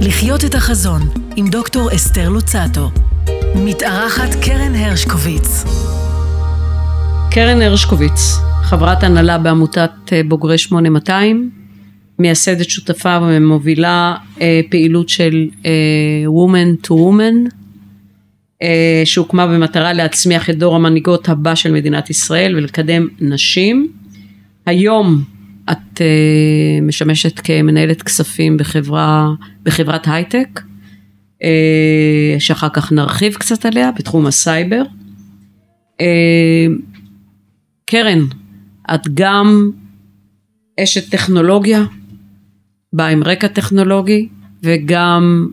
לחיות את החזון עם דוקטור אסתר לוצאטו. מתארחת קרן הרשקוביץ. קרן הרשקוביץ, חברת הנהלה בעמותת בוגרי 8200, מייסדת שותפה ומובילה פעילות של Women to Women, שהוקמה במטרה להצמיח את דור המנהיגות הבא של מדינת ישראל ולקדם נשים. היום את משמשת כמנהלת כספים בחברת הייטק, שאחר כך נרחיב קצת עליה, בתחום הסייבר. קרן, את גם אשת טכנולוגיה, באה עם רקע טכנולוגי, וגם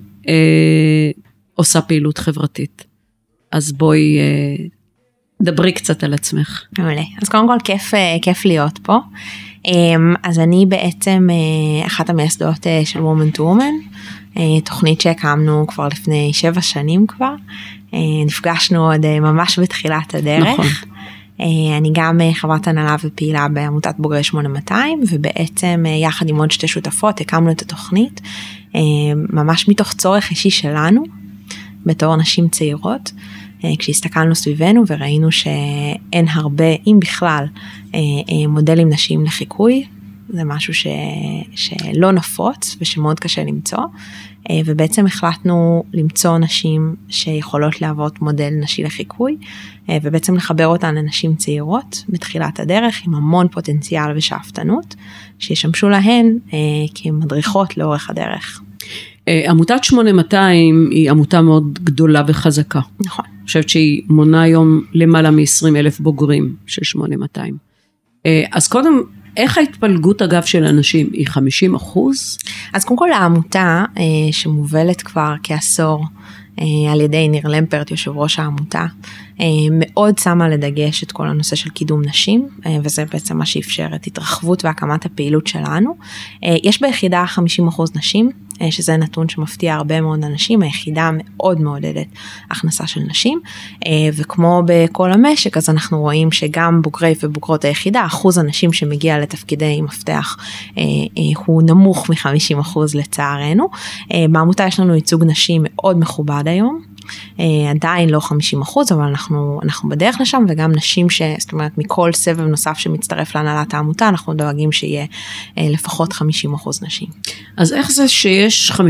עושה פעילות חברתית. אז בואי דברי קצת על עצמך. מעולה. אז קודם כל כיף להיות פה. אז אני בעצם אחת המייסדות של Women to Women, תוכנית שהקמנו כבר לפני 7 שנים כבר. נפגשנו עוד ממש בתחילת הדרך. נכון. אני גם חברת הנהלה ופעילה בעמותת בוגרי 8200, ובעצם יחד עם עוד 2 שותפות הקמנו את התוכנית, ממש מתוך צורך אישי שלנו, בתור נשים צעירות, כשהסתכלנו סביבנו וראינו שאין הרבה, אם בכלל, מודלים נשים לחיקוי, זה משהו שלא נפוץ ושמאוד קשה למצוא, ובעצם החלטנו למצוא נשים שיכולות להוות מודל נשי לחיקוי, ובעצם לחבר אותן לנשים צעירות בתחילת הדרך, עם המון פוטנציאל ושאפתנות, שישמשו להן כמדריכות לאורך הדרך. עמותת 8200 היא עמותה מאוד גדולה וחזקה. נכון. אני חושבת שהיא מונה היום למעלה מ-20,000 בוגרים של 8200. אז קודם, איך ההתפלגות אגב של אנשים? היא 50%? אז קודם כל העמותה שמובלת כבר כעשור על ידי ניר למפרט, יושב ראש העמותה, מאוד שמה לדגש את כל הנושא של קידום נשים, וזה בעצם מה שאפשר את התרחבות והקמת הפעילות שלנו. יש ביחידה 50% נשים, שזה נתון שמפתיע הרבה מאוד אנשים, היחידה מאוד מעודדת הכנסה של נשים, וכמו בכל המשק, אז אנחנו רואים שגם בוגרי ובוגרות היחידה, אחוז הנשים שמגיע לתפקידי מפתח, הוא נמוך מ-50% לצערנו. בעמותה יש לנו ייצוג נשים מאוד מכובד היום, עדיין לא 50%, אבל אנחנו בדרך לשם, וגם נשים זאת אומרת, מכל סבב נוסף שמצטרף להנהלת העמותה, אנחנו דואגים שיהיה לפחות 50% נשים. אז איך זה שיש 50%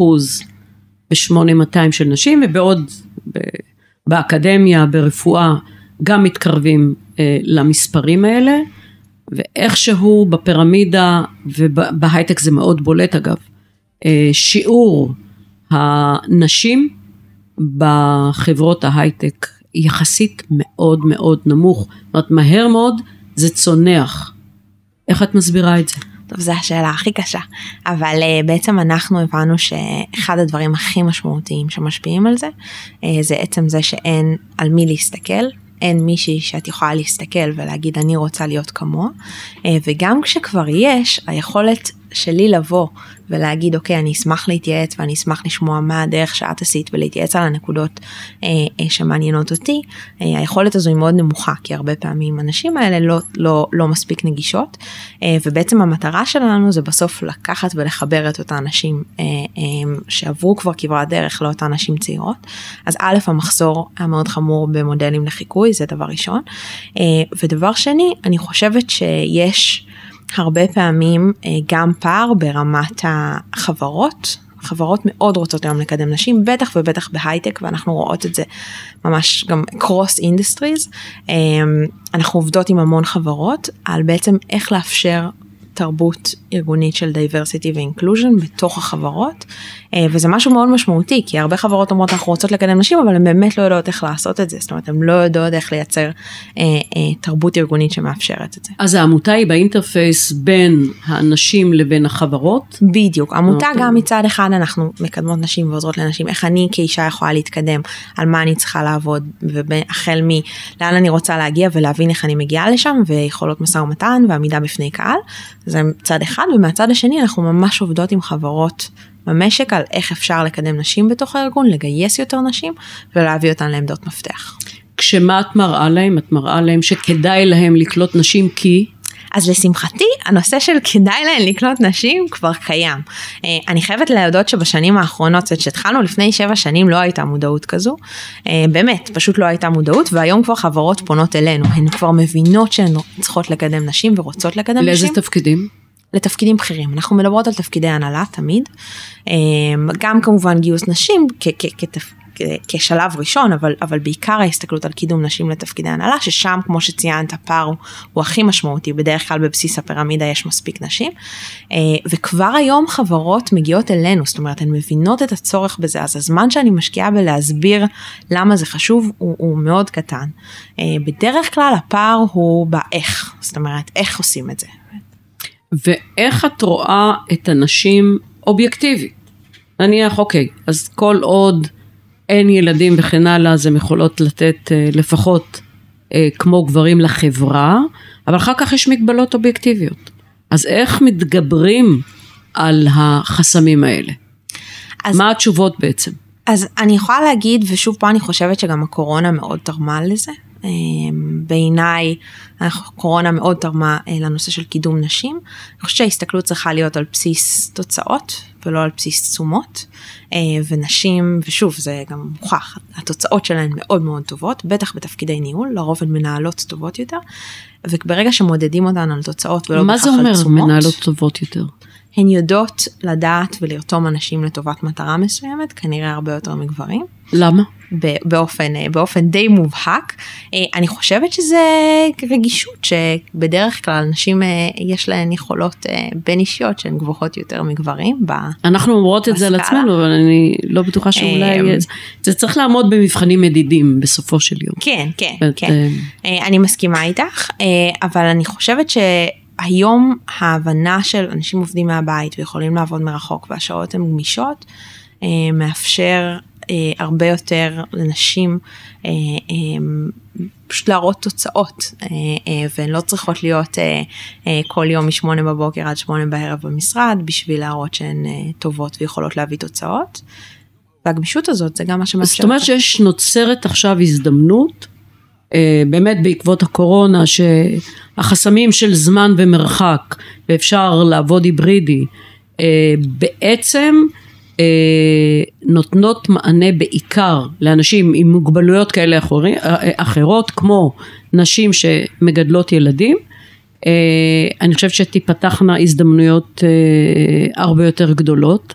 ב-8200 של נשים, ובעוד באקדמיה, ברפואה, גם מתקרבים למספרים האלה, ואיכשהו בפירמידה, ובהייטק זה מאוד בולט אגב, שיעור הנשים, בחברות ההייטק יחסית מאוד מאוד נמוך, זאת אומרת מהר מאוד זה צונח. איך את מסבירה את זה? טוב, זו השאלה הכי קשה, אבל בעצם אנחנו הבנו שאחד הדברים הכי משמעותיים שמשפיעים על זה, זה עצם זה שאין על מי להסתכל, אין מישהי שאת יכולה להסתכל ולהגיד אני רוצה להיות כמוה, וגם כשכבר יש, היכולת שלי לבוא ולהגיד אוקיי, אני אשמח להתייעץ ואני אשמח לשמוע מה הדרך שאת עשית ולהתייעץ על הנקודות שמעניינות אותי, היכולת הזו היא מאוד נמוכה, כי הרבה פעמים הנשים האלה לא מספיק נגישות, ובעצם המטרה שלנו זה בסוף לקחת ולחבר את אותן נשים שעברו כבר כברת דרך לאותן נשים צעירות. אז א', המחסור היה מאוד חמור במודלים לחיקוי, זה דבר ראשון, ודבר שני, אני חושבת שיש הרבה פעמים גם פער ברמת החברות, חברות מאוד רוצות היום לקדם נשים, בטח ובטח בהייטק, ואנחנו רואות את זה ממש גם cross industries, אנחנו עובדות עם המון חברות, על בעצם איך לאפשר תרבות ארגונית של diversity ו-inclusion בתוך החברות, וזה משהו מאוד משמעותי, כי הרבה חברות אומרות אנחנו רוצות לקדם נשים, אבל הן באמת לא יודעות איך לעשות את זה, זאת אומרת, הן לא יודעות איך לייצר תרבות ארגונית שמאפשרת את זה. אז העמותה היא באינטרפייס בין האנשים לבין החברות? בדיוק, העמותה גם מצד אחד אנחנו מקדמות נשים ועוזרות לנשים, איך אני כאישה יכולה להתקדם, על מה אני צריכה לעבוד, והחל לאן אני רוצה להגיע ולהבין איך אני מגיעה לשם, ויכולות משא ומתן ועמידה בפני קהל, זה מצד אחד, ומהצד השני אנחנו ממש עובדות עם חברות במשק על איך אפשר לקדם נשים בתוך הארגון, לגייס יותר נשים ולהביא אותן לעמדות מפתח. כשמה את מראה להם? את מראה להם שכדאי להם לקלוט נשים כי? אז לשמחתי, הנושא של כדאי להן לקנות נשים כבר קיים. אני חייבת להודות שבשנים האחרונות, שהתחלנו לפני 7 שנים, לא הייתה מודעות כזו. באמת, פשוט לא הייתה מודעות, והיום כבר חברות פונות אלינו. הן כבר מבינות שהן צריכות לקדם נשים ורוצות לקדם נשים. לאיזה תפקידים? לתפקידים בכירים. אנחנו מדברות על תפקידי הנהלה תמיד. גם כמובן גיוס נשים כשלב ראשון, אבל בעיקר ההסתכלות על קידום נשים לתפקידי הנהלה, ששם כמו שציינת הפער הוא הכי משמעותי, בדרך כלל בבסיס הפירמידה יש מספיק נשים, וכבר היום חברות מגיעות אלינו, זאת אומרת הן מבינות את הצורך בזה, אז הזמן שאני משקיעה בלהסביר למה זה חשוב הוא מאוד קטן. בדרך כלל הפער הוא באיך, זאת אומרת איך עושים את זה. ואיך את רואה את הנשים אובייקטיבית? נניח, אוקיי, אז כל עוד אין ילדים וכן הלאה, אז הן יכולות לתת לפחות כמו גברים לחברה, אבל אחר כך יש מגבלות אובייקטיביות. אז איך מתגברים על החסמים האלה? מה התשובות בעצם? אז אני יכולה להגיד, ושוב פה אני חושבת שגם הקורונה מאוד תרמה לזה, בעיניי הקורונה מאוד תרמה לנושא של קידום נשים. אני חושבת שההסתכלות צריכה להיות על בסיס תוצאות ולא על בסיס תשומות, ונשים, ושוב זה גם מוכח, התוצאות שלהן מאוד מאוד טובות, בטח בתפקידי ניהול, לרוב הן מנהלות טובות יותר, וברגע שמודדים אותן על תוצאות ולא בכך על תשומות. מה זה אומר מנהלות טובות יותר? הן יודעות לדעת ולרתום אנשים לטובת מטרה מסוימת, כנראה הרבה יותר מגברים. למה? באופן די מובהק. אני חושבת שזה רגישות שבדרך כלל נשים יש להן יכולות בין אישיות שהן גבוהות יותר מגברים. אנחנו אומרות את זה על עצמנו, אבל אני לא בטוחה שאולי זה צריך לעמוד במבחנים מדידים בסופו של יום. כן, כן, כן. אני מסכימה איתך, אבל אני חושבת שהיום ההבנה של אנשים עובדים מהבית ויכולים לעבוד מרחוק והשעות הן גמישות, מאפשר הרבה יותר לנשים פשוט להראות תוצאות, והן לא צריכות להיות כל יום מ8 בבוקר עד 8 בערב במשרד, בשביל להראות שהן טובות ויכולות להביא תוצאות, והגמישות הזאת זה גם מה שמאפשר. זאת אומרת שיש נוצרת עכשיו הזדמנות, באמת בעקבות הקורונה, שהחסמים של זמן ומרחק, ואפשר לעבוד היברידי, בעצם נותנות מענה בעיקר לאנשים עם מוגבלויות כאלה אחרות, כמו נשים שמגדלות ילדים. אני חושבת שתיפתחנה הזדמנויות הרבה יותר גדולות.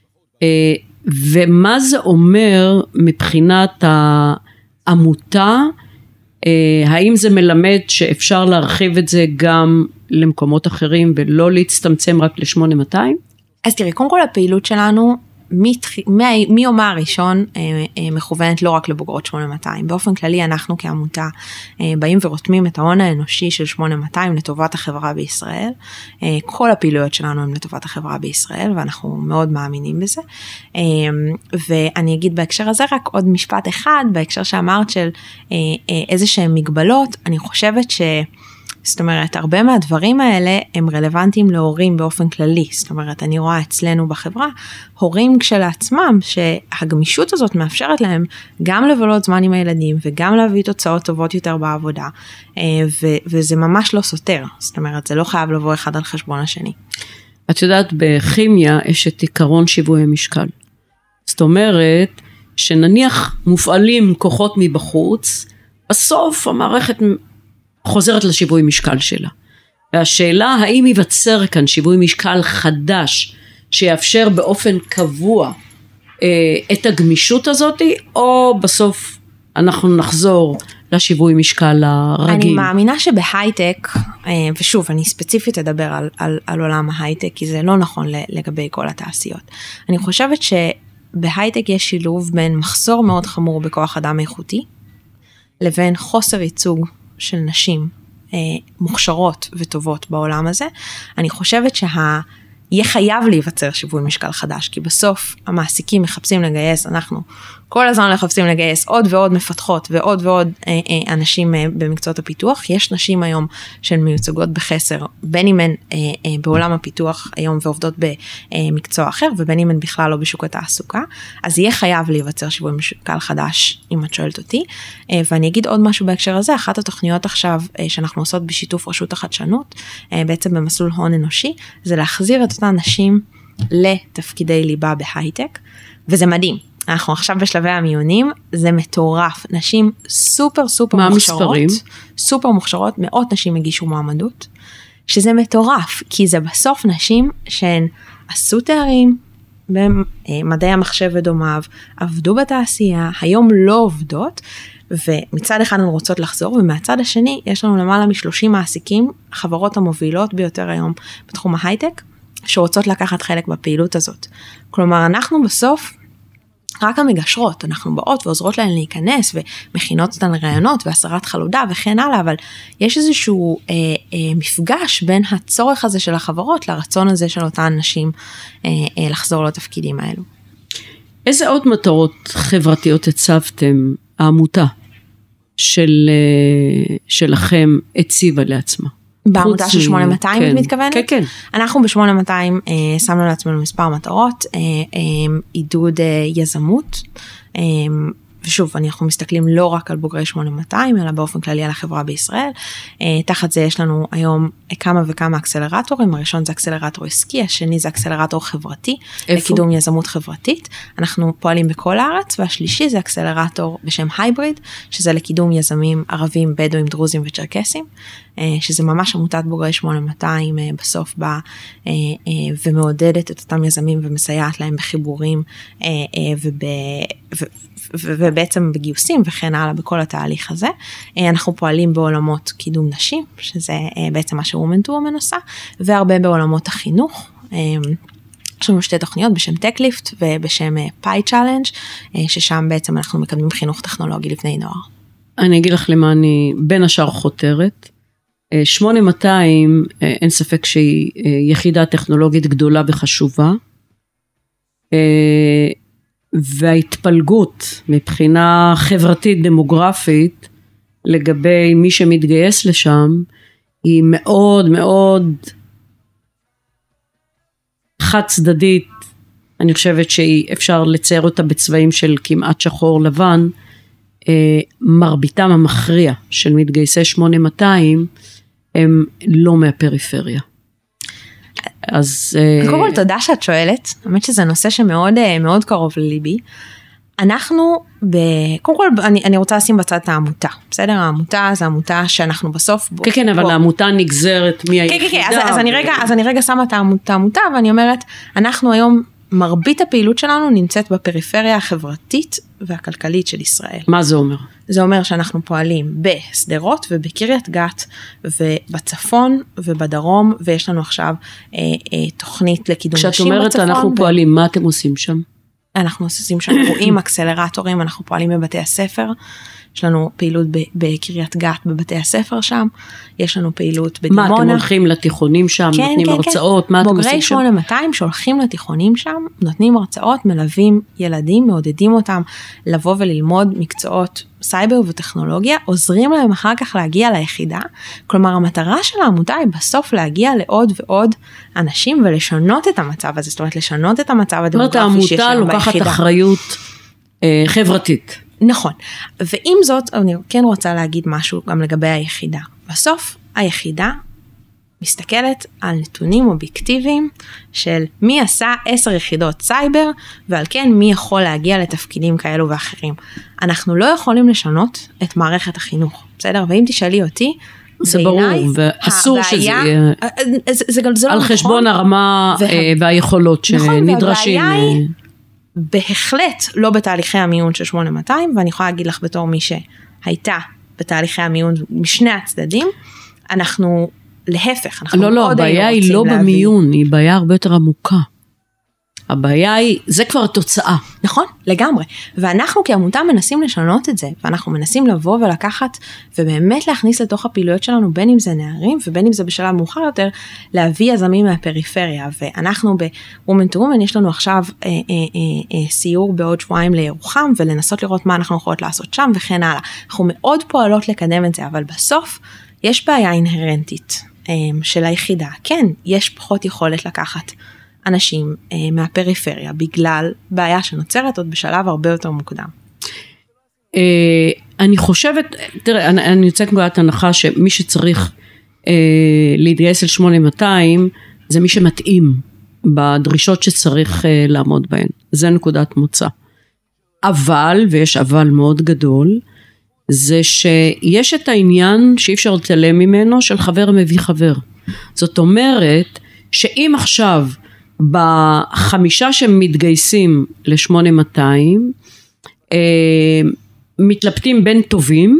ומה זה אומר מבחינת העמותה? האם זה מלמד שאפשר להרחיב את זה גם למקומות אחרים ולא להצטמצם רק ל8200? אז תראי, קודם כל הפעילות שלנו מיומה הראשון מכוונת לא רק לבוגרות 8200, באופן כללי אנחנו כעמותה באים ורותמים את ההון האנושי של 8200 לטובת החברה בישראל, כל הפעילויות שלנו הן לטובת החברה בישראל ואנחנו מאוד מאמינים בזה, ואני אגיד בהקשר הזה רק עוד משפט אחד, בהקשר שאמרת של איזה שהן מגבלות, אני חושבת זאת אומרת, הרבה מהדברים האלה הם רלוונטיים להורים באופן כללי. זאת אומרת, אני רואה אצלנו בחברה, הורים כשלעצמם, שהגמישות הזאת מאפשרת להם גם לבלות זמן עם הילדים, וגם להביא תוצאות טובות יותר בעבודה, וזה ממש לא סותר. זאת אומרת, זה לא חייב לבוא אחד על חשבון השני. את יודעת, בכימיה יש את עיקרון שיווי המשקל. זאת אומרת, שנניח מופעלים כוחות מבחוץ, בסוף המערכת חוזרת לשיווי משקל שלה. והשאלה, האם ייווצר כאן שיווי משקל חדש, שיאפשר באופן קבוע את הגמישות הזאת, או בסוף אנחנו נחזור לשיווי משקל הרגיל? אני מאמינה שבהייטק, ושוב, אני ספציפית אדבר על עולם ההייטק, כי זה לא נכון לגבי כל התעשיות. אני חושבת שבהייטק יש שילוב בין מחסור מאוד חמור בכוח אדם איכותי, לבין חוסר ייצוג של נשים מוכשרות וטובות בעולם הזה. אני חושבת יהיה חייב להיווצר שיווי משקל חדש, כי בסוף המעסיקים מחפשים לגייס, אנחנו כל הזמן מחפשים לגייס עוד ועוד מפתחות ועוד ועוד אנשים במקצועות הפיתוח. יש נשים היום שהן מיוצגות בחסר, בין אם הן בעולם הפיתוח היום ועובדות במקצוע אחר, ובין אם הן בכלל לא בשוק התעסוקה, אז יהיה חייב להיווצר שיווי משקל חדש, אם את שואלת אותי. ואני אגיד עוד משהו בהקשר הזה, אחת התוכניות עכשיו שאנחנו עושות בשיתוף רשות החדשנות, בעצם במסלול הון אנושי, זה להחזיר את אותן נשים לתפקידי ליבה בהייטק, וזה מדהים. אנחנו עכשיו בשלבי המיונים, זה מטורף, נשים סופר סופר מוכשרות, המספרים? סופר מוכשרות, מאות נשים הגישו מועמדות, שזה מטורף, כי זה בסוף נשים שהן עשו תארים במדעי המחשב ודומיו, עבדו בתעשייה, היום לא עובדות, ומצד אחד הן רוצות לחזור, ומהצד השני יש לנו למעלה מ-30 מעסיקים, החברות המובילות ביותר היום בתחום ההייטק, שרוצות לקחת חלק בפעילות הזאת. כלומר, אנחנו בסוף רק המגשרות, אנחנו באות ועוזרות להן להיכנס, ומכינות אותן לרעיונות, והסרת חלודה וכן הלאה, אבל יש איזשהו מפגש בין הצורך הזה של החברות, לרצון הזה של אותן נשים לחזור לתפקידים האלו. איזה עוד מטרות חברתיות הצבתם, העמותה שלכם הציבה לעצמה? בעמותה של 8200 את מתכוונת? כן, כן. אנחנו ב-8200 שמנו לעצמנו מספר מטרות, עידוד יזמות, ושוב, אנחנו מסתכלים לא רק על בוגרי 8200, אלא באופן כללי על החברה בישראל. תחת זה יש לנו היום כמה וכמה אקסלרטורים, הראשון זה אקסלרטור עסקי, השני זה אקסלרטור חברתי, לקידום יזמות חברתית. אנחנו פועלים בכל הארץ, והשלישי זה אקסלרטור בשם הייבריד, שזה לקידום יזמים ערבים, בדואים, דרוזים וצ'רקסים, שזה ממש עמותת בוגרי 8200 בסוף באה ומעודדת את אותם יזמים ומסייעת להם בחיבורים ובעצם בגיוסים וכן הלאה בכל התהליך הזה. אנחנו פועלים בעולמות קידום נשים, שזה בעצם מה ש-Women to Women עושה, והרבה בעולמות החינוך. יש לנו שתי תוכניות בשם TechLift ובשם Pi Challenge, ששם בעצם אנחנו מקדמים חינוך טכנולוגי לבני נוער. אני אגיד לך למה אני בין השאר חותרת. 8200 אין ספק שהיא יחידה טכנולוגית גדולה וחשובה, וההתפלגות מבחינה חברתית דמוגרפית לגבי מי שמתגייס לשם היא מאוד מאוד חד צדדית. אני חושבת שאפשר לצייר אותה בצבעים של כמעט שחור לבן. מרביתם המכריע של מתגייסי 8200 הם לא מהפריפריה. אז קודם כל תודה שאת שואלת, באמת שזה נושא שמאוד מאוד קרוב לליבי. אנחנו קודם כל אני רוצה לשים בצד את העמותה, בסדר? העמותה זה עמותה שאנחנו בסוף כן, אבל העמותה נגזרת מהיחידה. כן, אז אני רגע שמה את העמותה ואני אומרת, אנחנו היום מרבית הפעילות שלנו נמצאת בפריפריה החברתית והכלכלית של ישראל. מה זה אומר? זה אומר שאנחנו פועלים בסדרות ובקריית גת ובצפון ובדרום, ויש לנו עכשיו תוכנית לקידום נשים בצפון. כשאת אומרת אנחנו פועלים, מה אתם עושים שם? אנחנו עושים שם אירועים, אקסלרטורים, אנחנו פועלים בבתי הספר, יש לנו פעילות בקריית גת בבתי הספר שם, יש לנו פעילות בדימונה. מה, אתם הולכים לתיכונים שם, נותנים הרצאות, מה אתם עושים שם? בוגרי 8200 שהולכים לתיכונים שם, נותנים הרצאות, מלווים ילדים, מעודדים אותם לבוא וללמוד מקצועות סייבר וטכנולוגיה, עוזרים להם אחר כך להגיע ליחידה. כלומר, המטרה של העמותה היא בסוף להגיע לעוד ועוד אנשים ולשנות את המצב הזה, זאת אומרת, לשנות את המצב הדמוגרפי שיש לנו ביחידה. העמותה לוקחת אחריות חברתית. נכון, ועם זאת אני כן רוצה להגיד משהו גם לגבי היחידה. בסוף היחידה מסתכלת על נתונים אובייקטיביים של מי עשה 10 יחידות סייבר, ועל כן מי יכול להגיע לתפקידים כאלו ואחרים. אנחנו לא יכולים לשנות את מערכת החינוך, בסדר? ואם תשאלי אותי, זה ברור, ואסור שזה יהיה על חשבון הרמה והיכולות שנדרשים. בהחלט לא בתהליכי המיון של 8200, ואני יכולה להגיד לך בתור מי שהייתה בתהליכי המיון משני הצדדים, אנחנו להפך, אנחנו לא, הבעיה היא לא במיון, היא בעיה הרבה יותר עמוקה. הבעיה היא, זה כבר התוצאה. נכון, לגמרי. ואנחנו כעמותה מנסים לשנות את זה, ואנחנו מנסים לבוא ולקחת, ובאמת להכניס לתוך הפעילויות שלנו, בין אם זה נערים, ובין אם זה בשלב מאוחר יותר, להביא יזמים מהפריפריה. ואנחנו ב-Women to Women, יש לנו עכשיו סיור בעוד שבועיים לירוחם, ולנסות לראות מה אנחנו יכולות לעשות שם, וכן הלאה. אנחנו מאוד פועלות לקדם את זה, אבל בסוף יש בעיה אינהרנטית של היחידה. כן, יש פחות יכולת לקחת אנשים מהפריפריה, בגלל בעיה שנוצרת עוד בשלב הרבה יותר מוקדם. אני חושבת, תראה, אני יוצאת נקודת הנחה שמי שצריך להתגייס אל 8200, זה מי שמתאים בדרישות שצריך לעמוד בהן. זה נקודת מוצא. אבל, ויש אבל מאוד גדול, זה שיש את העניין שאי אפשר להתעלם ממנו, של חבר מביא חבר. זאת אומרת, שאם עכשיו, בחמישה שמתגייסים ל-8200, מתלבטים בין טובים,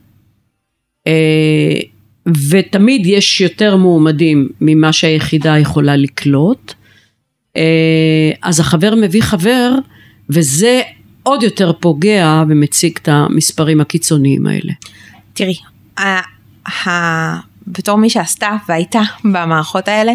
ותמיד יש יותר מועמדים ממה שהיחידה יכולה לקלוט, אז החבר מביא חבר, וזה עוד יותר פוגע ומציג את המספרים הקיצוניים האלה. תראי, בתור מי שעשתה והייתה במערכות האלה,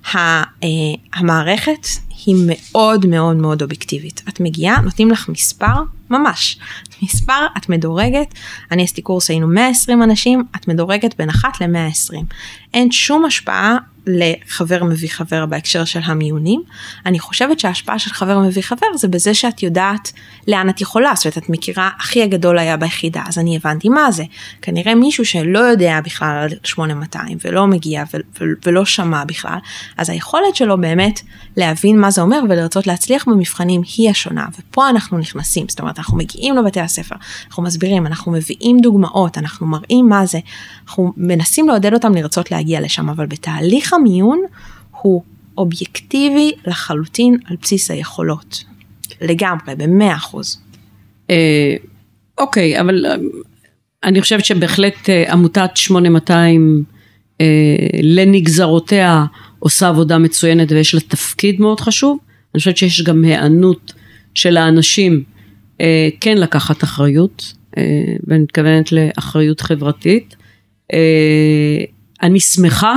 המערכת היא מאוד מאוד מאוד אובייקטיבית. את מגיעה, נותנים לך מספר, ממש, מספר, את מדורגת, אני עשיתי קורס, היינו 120 אנשים, את מדורגת בין 1 ל-120. אין שום השפעה לחבר מביא חבר בהקשר של המיונים. אני חושבת שההשפעה של חבר מביא חבר זה בזה שאת יודעת לאן את יכולה, זאת אומרת, את מכירה, הכי הגדול היה ביחידה, אז אני הבנתי מה זה. כנראה מישהו שלא יודע בכלל על 8200 ולא מגיע ולא שמע בכלל, אז היכולת שלו באמת להבין מה זה אומר ולרצות להצליח במבחנים היא השונה, ופה אנחנו נכנסים, זאת אומרת, אנחנו מגיעים לבתי הספר, אנחנו מסבירים, אנחנו מביאים דוגמאות, אנחנו מראים מה זה, אנחנו מנסים לעודד אותם לרצות להגיע לשם, אבל בתהליך המיון הוא אובייקטיבי לחלוטין על בסיס היכולות. לגמרי, ב100%. אוקיי, אבל אני חושבת שבהחלט עמותת 8200 לנגזרותיה עושה עבודה מצוינת ויש לה תפקיד מאוד חשוב. אני חושבת שיש גם הענות של האנשים כן לקחת אחריות, ואני מתכוונת לאחריות חברתית. אני שמחה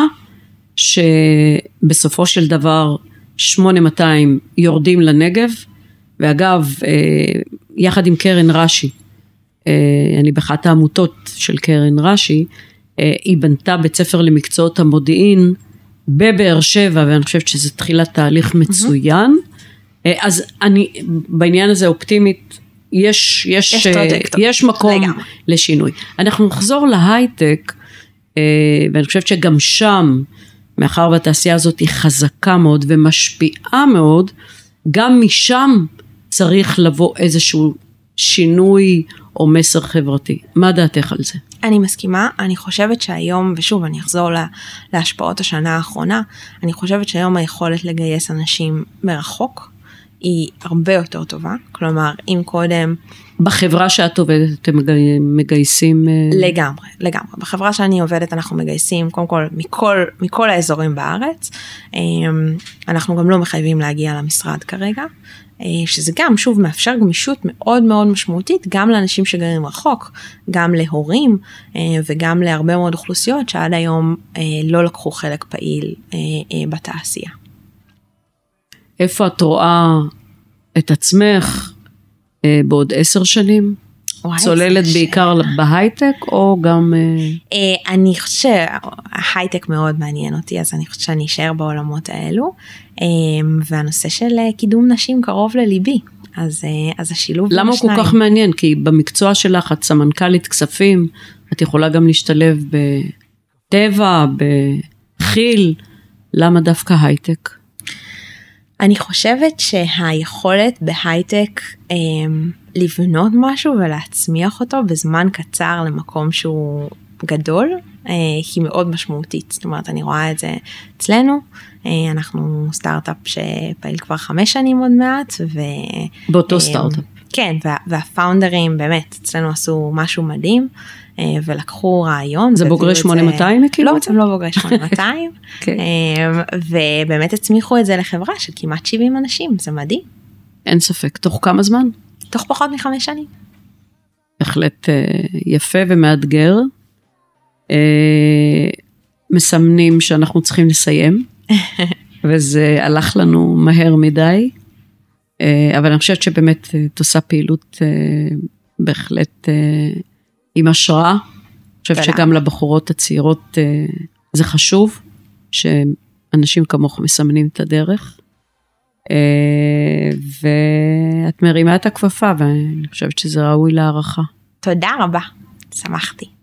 שבסופו של דבר 8200 יורדים לנגב, ואגב, יחד עם קרן רש"י, אני באחת העמותות של קרן רש"י, היא בנתה בית ספר למקצועות המודיעין בבאר שבע, ואני חושבת שזה תחילת תהליך מצוין. אז אני בעניין הזה אופטימית, יש מקום לשינוי. אנחנו נחזור להייטק, ואני חושבת שגם שם, מאחר והתעשייה הזאת היא חזקה מאוד ומשפיעה מאוד, גם משם צריך לבוא איזשהו שינוי או מסר חברתי. מה דעתך על זה? אני מסכימה, אני חושבת שהיום, ושוב אני אחזור להשפעות השנה האחרונה, אני חושבת שהיום היכולת לגייס אנשים מרחוק, היא הרבה יותר טובה, כלומר אם קודם בחברה שאת עובדת אתם מגייסים לגמרי, בחברה שאני עובדת אנחנו מגייסים קודם כל מכל האזורים בארץ, אנחנו גם לא מחייבים להגיע למשרד כרגע, שזה גם שוב מאפשר גמישות מאוד מאוד משמעותית גם לאנשים שגרים רחוק, גם להורים וגם להרבה מאוד אוכלוסיות שעד היום לא לקחו חלק פעיל בתעשייה. איפה את רואה את עצמך בעוד 10 שנים? צוללת בעיקר בהייטק או גם... אני חושבת שההייטק מאוד מעניין אותי, אז אני חושבת שאני אשאר בעולמות האלו, והנושא של קידום נשים קרוב לליבי, אז השילוב... למה הוא כל כך מעניין? כי במקצוע שלך את סמנכ"לית כספים, את יכולה גם להשתלב בטבע, בחיל, למה דווקא הייטק? אני חושבת שהיכולת בהייטק לבנות משהו ולהצמיח אותו בזמן קצר למקום שהוא גדול, היא מאוד משמעותית. זאת אומרת, אני רואה את זה אצלנו, אנחנו סטארט-אפ שפעיל כבר 5 שנים עוד מעט, באותו סטארט-אפ. כן, והפאונדרים באמת אצלנו עשו משהו מדהים, ולקחו רעיון. זה בוגרי 8200 הקימו לא, את זה? הם לא בוגרי 8200, ובאמת הצמיחו את זה לחברה של כמעט 70 אנשים, זה מדהים. אין ספק, תוך כמה זמן? תוך פחות מ5 שנים. בהחלט יפה ומאתגר. מסמנים שאנחנו צריכים לסיים, וזה הלך לנו מהר מדי, אבל אני חושבת שבאמת תעושה פעילות בהחלט עם השראה. אני חושבת שגם לבחורות הצעירות זה חשוב, שאנשים כמוך מסמנים את הדרך, ואת מרימה את הכפפה, ואני חושבת שזה ראוי להערכה. תודה רבה, שמחתי.